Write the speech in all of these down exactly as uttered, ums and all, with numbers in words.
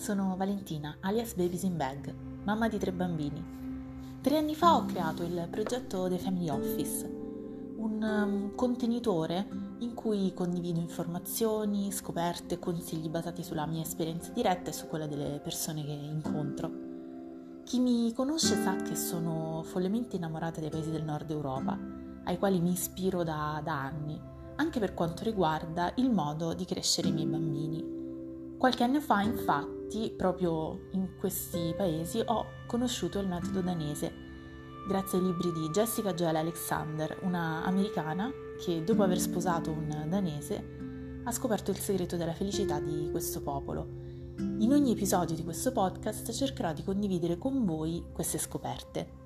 sono Valentina, alias Babies in Bag, mamma di tre bambini. Tre anni fa ho creato il progetto The Family Office, un um, contenitore in cui condivido informazioni, scoperte e consigli basati sulla mia esperienza diretta e su quella delle persone che incontro. Chi mi conosce sa che sono follemente innamorata dei paesi del nord Europa, ai quali mi ispiro da, da anni, anche per quanto riguarda il modo di crescere i miei bambini. Qualche anno fa, infatti, proprio in questi paesi ho conosciuto il metodo danese, grazie ai libri di Jessica Joel Alexander, una americana che, dopo aver sposato un danese, ha scoperto il segreto della felicità di questo popolo. In ogni episodio di questo podcast cercherò di condividere con voi queste scoperte.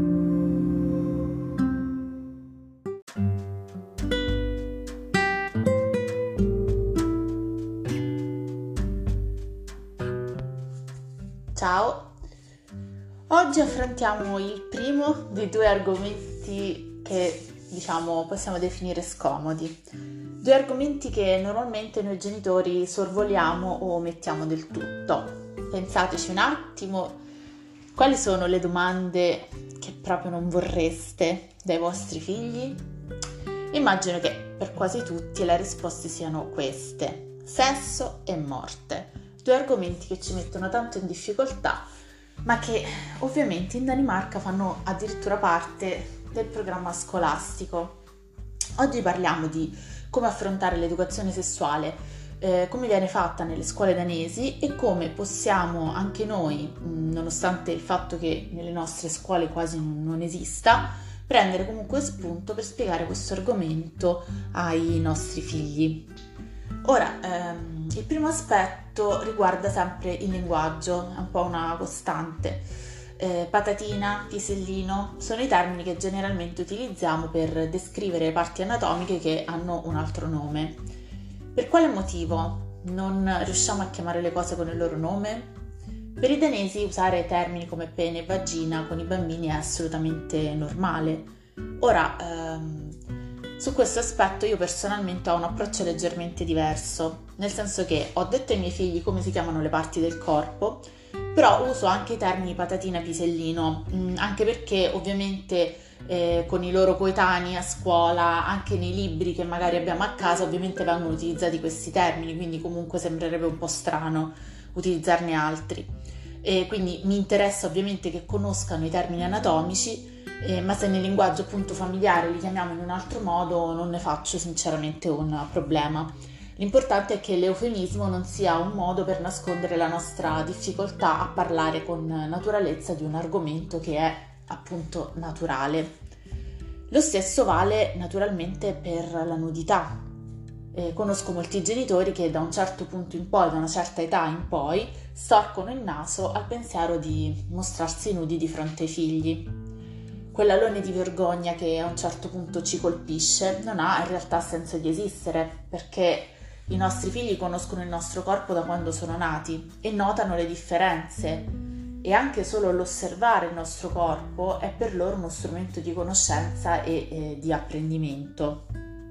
Ciao, oggi affrontiamo il primo dei due argomenti che, diciamo, possiamo definire scomodi. Due argomenti che normalmente noi genitori sorvoliamo o omettiamo del tutto. Pensateci un attimo, quali sono le domande che proprio non vorreste dai vostri figli? Immagino che per quasi tutti le risposte siano queste: sesso e morte. Due argomenti che ci mettono tanto in difficoltà, ma che ovviamente in Danimarca fanno addirittura parte del programma scolastico. Oggi parliamo di come affrontare l'educazione sessuale, eh, come viene fatta nelle scuole danesi e come possiamo anche noi, nonostante il fatto che nelle nostre scuole quasi non esista, prendere comunque spunto per spiegare questo argomento ai nostri figli. Ora, ehm, il primo aspetto riguarda sempre il linguaggio, è un po' una costante. Eh, patatina, pisellino sono i termini che generalmente utilizziamo per descrivere le parti anatomiche che hanno un altro nome. Per quale motivo non riusciamo a chiamare le cose con il loro nome? Per i danesi usare termini come pene e vagina con i bambini è assolutamente normale. Ora, ehm, su questo aspetto io personalmente ho un approccio leggermente diverso, nel senso che ho detto ai miei figli come si chiamano le parti del corpo, però uso anche i termini patatina, pisellino, anche perché ovviamente eh, con i loro coetanei a scuola, anche nei libri che magari abbiamo a casa, ovviamente vengono utilizzati questi termini, quindi comunque sembrerebbe un po' strano utilizzarne altri. E quindi mi interessa ovviamente che conoscano i termini anatomici, Eh, ma se nel linguaggio appunto familiare li chiamiamo in un altro modo non ne faccio sinceramente un problema. L'importante è che l'eufemismo non sia un modo per nascondere la nostra difficoltà a parlare con naturalezza di un argomento che è appunto naturale. Lo stesso vale naturalmente per la nudità. Eh, conosco molti genitori che da un certo punto in poi, da una certa età in poi, storcono il naso al pensiero di mostrarsi nudi di fronte ai figli. Quell'alone di vergogna che a un certo punto ci colpisce non ha in realtà senso di esistere, perché i nostri figli conoscono il nostro corpo da quando sono nati e notano le differenze, e anche solo l'osservare il nostro corpo è per loro uno strumento di conoscenza e eh, di apprendimento.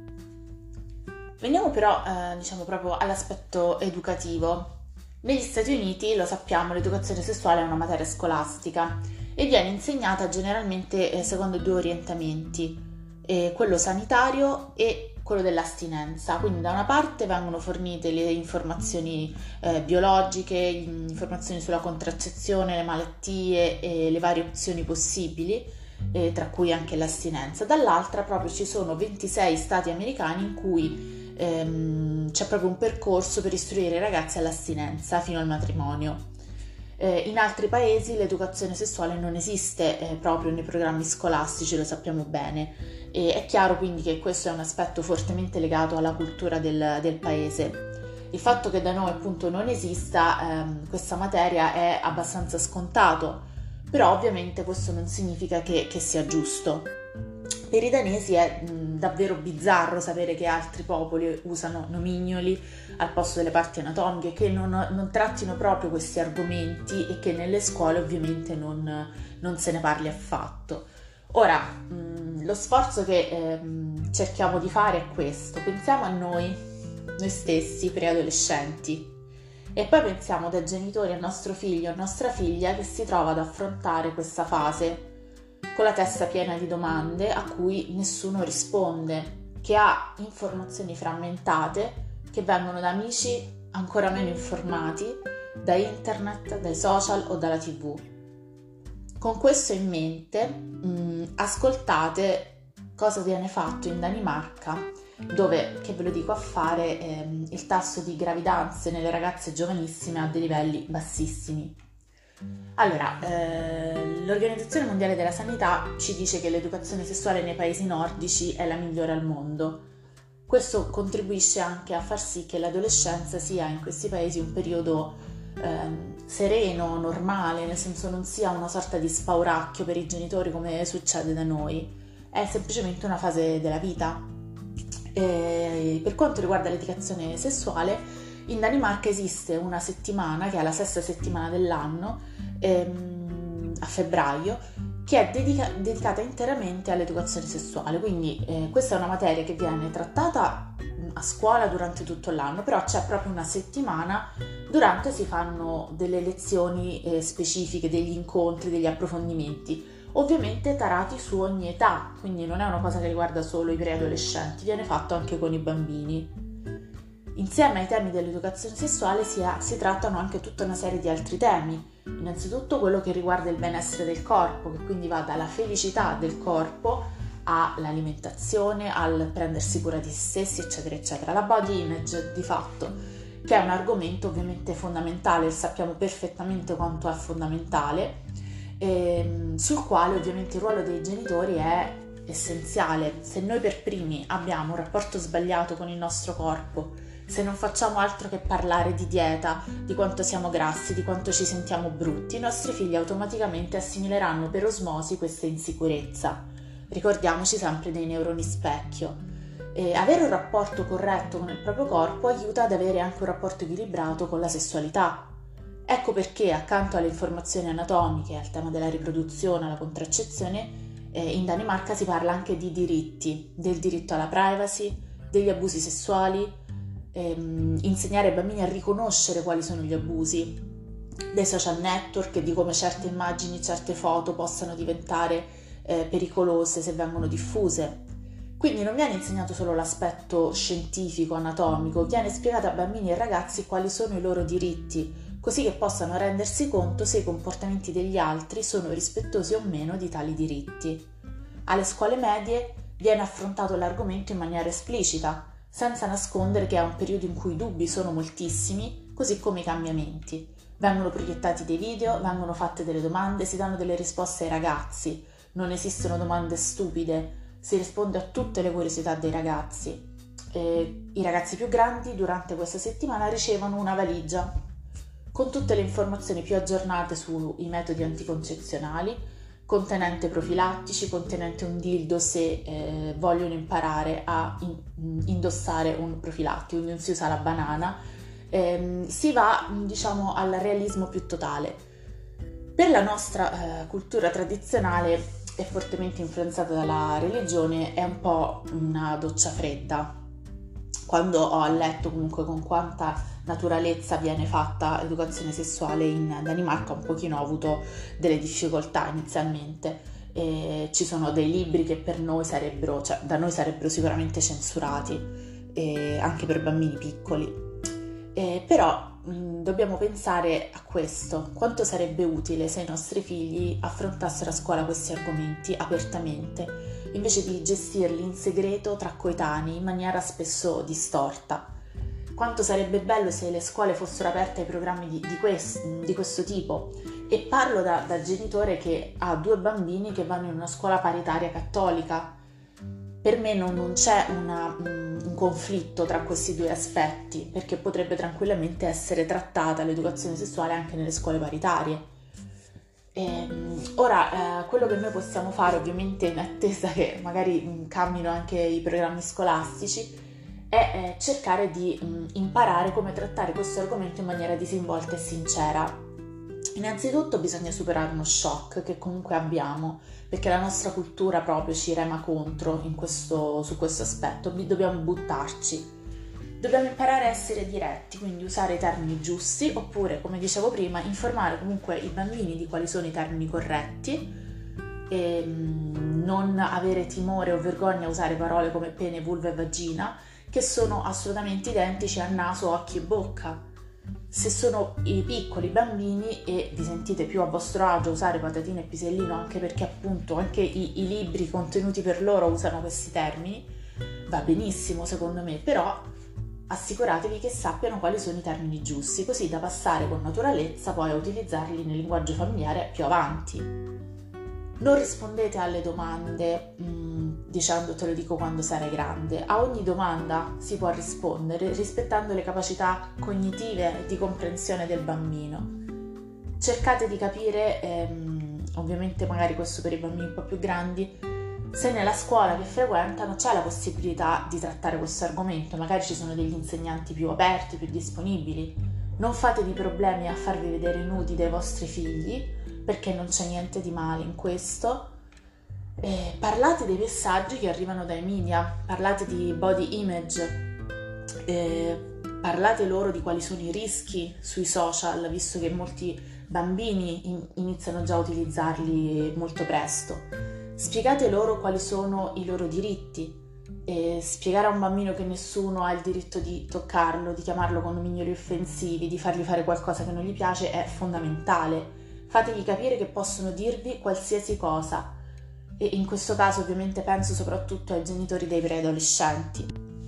Veniamo però eh, diciamo proprio all'aspetto educativo. Negli Stati Uniti, lo sappiamo, l'educazione sessuale è una materia scolastica e viene insegnata generalmente eh, secondo due orientamenti, eh, quello sanitario e quello dell'astinenza. Quindi da una parte vengono fornite le informazioni eh, biologiche, informazioni sulla contraccezione, le malattie e le varie opzioni possibili, eh, tra cui anche l'astinenza. Dall'altra proprio ci sono ventisei stati americani in cui ehm, c'è proprio un percorso per istruire i ragazzi all'astinenza fino al matrimonio. Eh, in altri paesi l'educazione sessuale non esiste eh, proprio nei programmi scolastici, lo sappiamo bene, e è chiaro quindi che questo è un aspetto fortemente legato alla cultura del, del paese. Il fatto che da noi appunto non esista ehm, questa materia è abbastanza scontato, però ovviamente questo non significa che, che sia giusto. Per i danesi è mh, davvero bizzarro sapere che altri popoli usano nomignoli al posto delle parti anatomiche, che non, non trattino proprio questi argomenti e che nelle scuole ovviamente non, non se ne parli affatto. Ora, mh, lo sforzo che eh, cerchiamo di fare è questo: pensiamo a noi, noi stessi preadolescenti. E poi pensiamo da genitori a nostro figlio o nostra figlia che si trova ad affrontare questa fase con la testa piena di domande a cui nessuno risponde, che ha informazioni frammentate che vengono da amici ancora meno informati, da internet, dai social o dalla tivù. Con questo in mente, mh, ascoltate cosa viene fatto in Danimarca, dove, che ve lo dico a fare, ehm, il tasso di gravidanze nelle ragazze giovanissime ha dei livelli bassissimi. Allora, eh, l'Organizzazione Mondiale della Sanità ci dice che l'educazione sessuale nei paesi nordici è la migliore al mondo. Questo contribuisce anche a far sì che l'adolescenza sia in questi paesi un periodo eh, sereno, normale, nel senso non sia una sorta di spauracchio per i genitori come succede da noi, è semplicemente una fase della vita. E per quanto riguarda l'educazione sessuale, in Danimarca esiste una settimana, che è la sesta settimana dell'anno, ehm, a febbraio, che è dedica- dedicata interamente all'educazione sessuale. Quindi eh, questa è una materia che viene trattata a scuola durante tutto l'anno, però c'è proprio una settimana durante si fanno delle lezioni eh, specifiche, degli incontri, degli approfondimenti, ovviamente tarati su ogni età, quindi non è una cosa che riguarda solo i preadolescenti, viene fatto anche con i bambini. Insieme ai temi dell'educazione sessuale si, ha, si trattano anche tutta una serie di altri temi, innanzitutto quello che riguarda il benessere del corpo, che quindi va dalla felicità del corpo all'alimentazione, al prendersi cura di se stessi, eccetera, eccetera. La body image, di fatto, che è un argomento ovviamente fondamentale, sappiamo perfettamente quanto è fondamentale, ehm, sul quale ovviamente il ruolo dei genitori è essenziale. Se noi per primi abbiamo un rapporto sbagliato con il nostro corpo, se non facciamo altro che parlare di dieta, di quanto siamo grassi, di quanto ci sentiamo brutti, i nostri figli automaticamente assimileranno per osmosi questa insicurezza. Ricordiamoci sempre dei neuroni specchio. E avere un rapporto corretto con il proprio corpo aiuta ad avere anche un rapporto equilibrato con la sessualità. Ecco perché, accanto alle informazioni anatomiche, al tema della riproduzione, alla contraccezione, eh, in Danimarca si parla anche di diritti, del diritto alla privacy, degli abusi sessuali, ehm, insegnare ai bambini a riconoscere quali sono gli abusi, dei social network e di come certe immagini, certe foto possano diventare eh, pericolose se vengono diffuse. Quindi non viene insegnato solo l'aspetto scientifico, anatomico, viene spiegato a bambini e ragazzi quali sono i loro diritti, così che possano rendersi conto se i comportamenti degli altri sono rispettosi o meno di tali diritti. Alle scuole medie viene affrontato l'argomento in maniera esplicita, senza nascondere che è un periodo in cui i dubbi sono moltissimi, così come i cambiamenti. Vengono proiettati dei video, vengono fatte delle domande, si danno delle risposte ai ragazzi, non esistono domande stupide, si risponde a tutte le curiosità dei ragazzi. E i ragazzi più grandi durante questa settimana ricevono una valigia con tutte le informazioni più aggiornate sui metodi anticoncezionali, contenente profilattici, contenente un dildo se eh, vogliono imparare a in, indossare un profilattico, quindi non si usa la banana, ehm, si va diciamo al realismo più totale. Per la nostra eh, cultura tradizionale è fortemente influenzata dalla religione, è un po' una doccia fredda. Quando ho letto comunque con quanta naturalezza viene fatta educazione sessuale in Danimarca, un pochino ho avuto delle difficoltà inizialmente. E ci sono dei libri che per noi sarebbero, cioè da noi sarebbero sicuramente censurati, e anche per bambini piccoli. E però mh, dobbiamo pensare a questo: quanto sarebbe utile se i nostri figli affrontassero a scuola questi argomenti apertamente, invece di gestirli in segreto tra coetanei in maniera spesso distorta. Quanto sarebbe bello se le scuole fossero aperte ai programmi di, di, quest, di questo tipo. E parlo da, da genitore che ha due bambini che vanno in una scuola paritaria cattolica. Per me non, non c'è una, un conflitto tra questi due aspetti, perché potrebbe tranquillamente essere trattata l'educazione sessuale anche nelle scuole paritarie. E, ora, eh, quello che noi possiamo fare, ovviamente in attesa che magari mh, cambino anche i programmi scolastici, è eh, cercare di mh, imparare come trattare questo argomento in maniera disinvolta e sincera. Innanzitutto bisogna superare uno shock che comunque abbiamo, perché la nostra cultura proprio ci rema contro in questo, su questo aspetto, dobbiamo buttarci. Dobbiamo imparare a essere diretti, quindi usare i termini giusti, oppure, come dicevo prima, informare comunque i bambini di quali sono i termini corretti e non avere timore o vergogna a usare parole come pene, vulva e vagina, che sono assolutamente identici a naso, occhi e bocca. Se sono i piccoli bambini e vi sentite più a vostro agio usare patatine e pisellino, anche perché appunto anche i, i libri contenuti per loro usano questi termini, va benissimo secondo me, però assicuratevi che sappiano quali sono i termini giusti, così da passare con naturalezza poi a utilizzarli nel linguaggio familiare più avanti. Non rispondete alle domande mh, dicendo te lo dico quando sarai grande. A ogni domanda si può rispondere rispettando le capacità cognitive e di comprensione del bambino. Cercate di capire, ehm, ovviamente magari questo per i bambini un po' più grandi, se nella scuola che frequentano c'è la possibilità di trattare questo argomento, magari ci sono degli insegnanti più aperti, più disponibili. Non fatevi problemi a farvi vedere nudi dai vostri figli, perché non c'è niente di male in questo. Eh, parlate dei messaggi che arrivano dai media, parlate di body image, eh, parlate loro di quali sono i rischi sui social, visto che molti bambini in- iniziano già a utilizzarli molto presto. Spiegate loro quali sono i loro diritti. E spiegare a un bambino che nessuno ha il diritto di toccarlo, di chiamarlo con nomignoli offensivi, di fargli fare qualcosa che non gli piace è fondamentale. Fategli capire che possono dirvi qualsiasi cosa, e in questo caso ovviamente penso soprattutto ai genitori dei preadolescenti.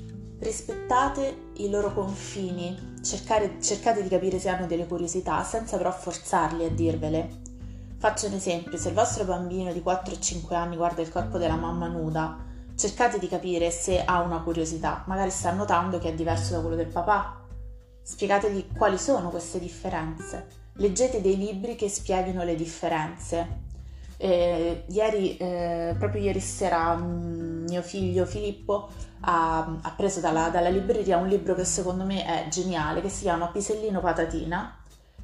Rispettate i loro confini, cercare, cercate di capire se hanno delle curiosità senza però forzarli a dirvele. Faccio un esempio: se il vostro bambino di quattro o cinque anni guarda il corpo della mamma nuda, cercate di capire se ha una curiosità, magari sta notando che è diverso da quello del papà. Spiegategli quali sono queste differenze. Leggete dei libri che spieghino le differenze. Eh, ieri, eh, proprio ieri sera, mh, mio figlio Filippo ha, ha preso dalla, dalla libreria un libro che secondo me è geniale, che si chiama Pisellino Patatina,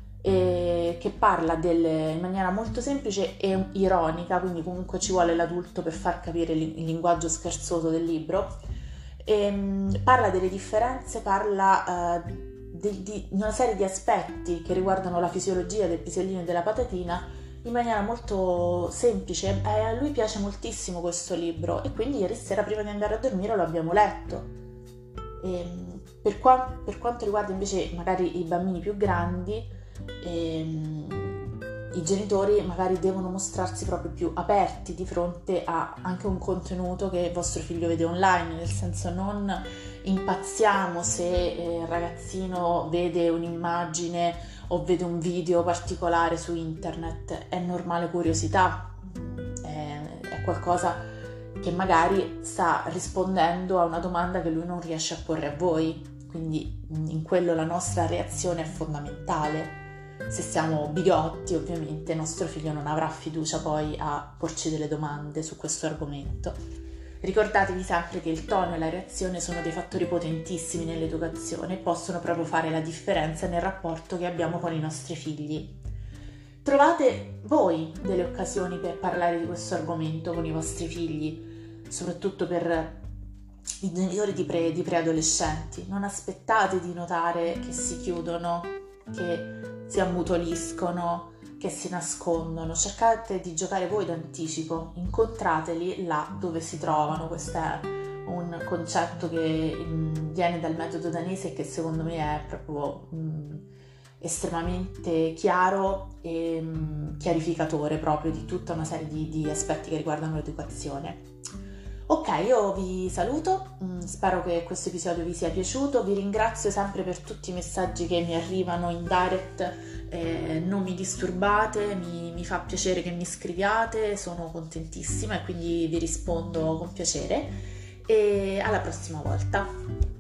e che parla del, in maniera molto semplice e ironica, quindi comunque ci vuole l'adulto per far capire il, il linguaggio scherzoso del libro. E, mh, parla delle differenze, parla uh, di, di una serie di aspetti che riguardano la fisiologia del pisellino e della patatina in maniera molto semplice, e a lui piace moltissimo questo libro, e quindi ieri sera prima di andare a dormire lo abbiamo letto. E, per, qua, per quanto riguarda invece magari i bambini più grandi, ehm, i genitori magari devono mostrarsi proprio più aperti di fronte a anche un contenuto che il vostro figlio vede online, nel senso non impazziamo se eh, il ragazzino vede un'immagine o vede un video particolare su internet, è normale curiosità, è, è qualcosa che magari sta rispondendo a una domanda che lui non riesce a porre a voi, quindi in quello la nostra reazione è fondamentale. Se siamo bigotti, ovviamente nostro figlio non avrà fiducia poi a porci delle domande su questo argomento. Ricordatevi sempre che il tono e la reazione sono dei fattori potentissimi nell'educazione e possono proprio fare la differenza nel rapporto che abbiamo con i nostri figli. Trovate voi delle occasioni per parlare di questo argomento con i vostri figli, soprattutto per i genitori di, pre, di preadolescenti. Non aspettate di notare che si chiudono, che si ammutoliscono, che si nascondono. Cercate di giocare voi d'anticipo, incontrateli là dove si trovano. Questo è un concetto che mh, viene dal metodo danese e che secondo me è proprio mh, estremamente chiaro e mh, chiarificatore proprio di tutta una serie di, di aspetti che riguardano l'educazione. Ok, io vi saluto, spero che questo episodio vi sia piaciuto, vi ringrazio sempre per tutti i messaggi che mi arrivano in direct, eh, non mi disturbate, mi, mi fa piacere che mi scriviate, sono contentissima e quindi vi rispondo con piacere, e alla prossima volta.